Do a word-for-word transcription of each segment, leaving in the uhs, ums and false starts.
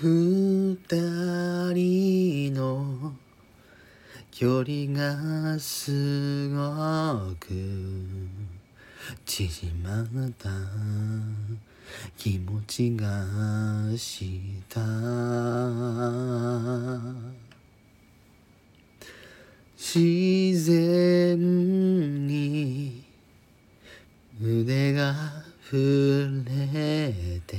二人の距離がすごく縮まった気持ちがした自然に腕が触れて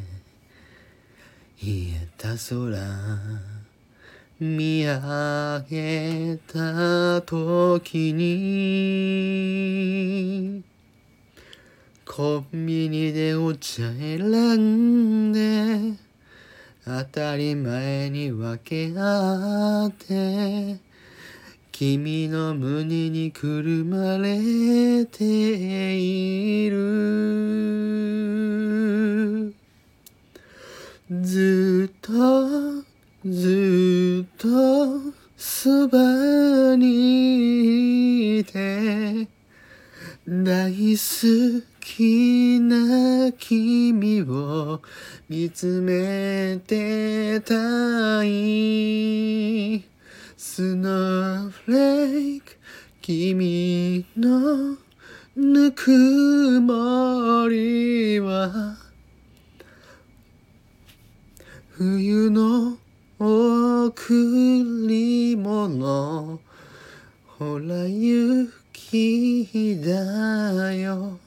冷えた空見上げた時にコンビニでお茶選んで当たり前に分け合って君の胸にくるまれているずっとずっとそばにいて大好きな君を見つめてたいスノーフレーク君のぬくもりは冬の贈り物ほら雪だよ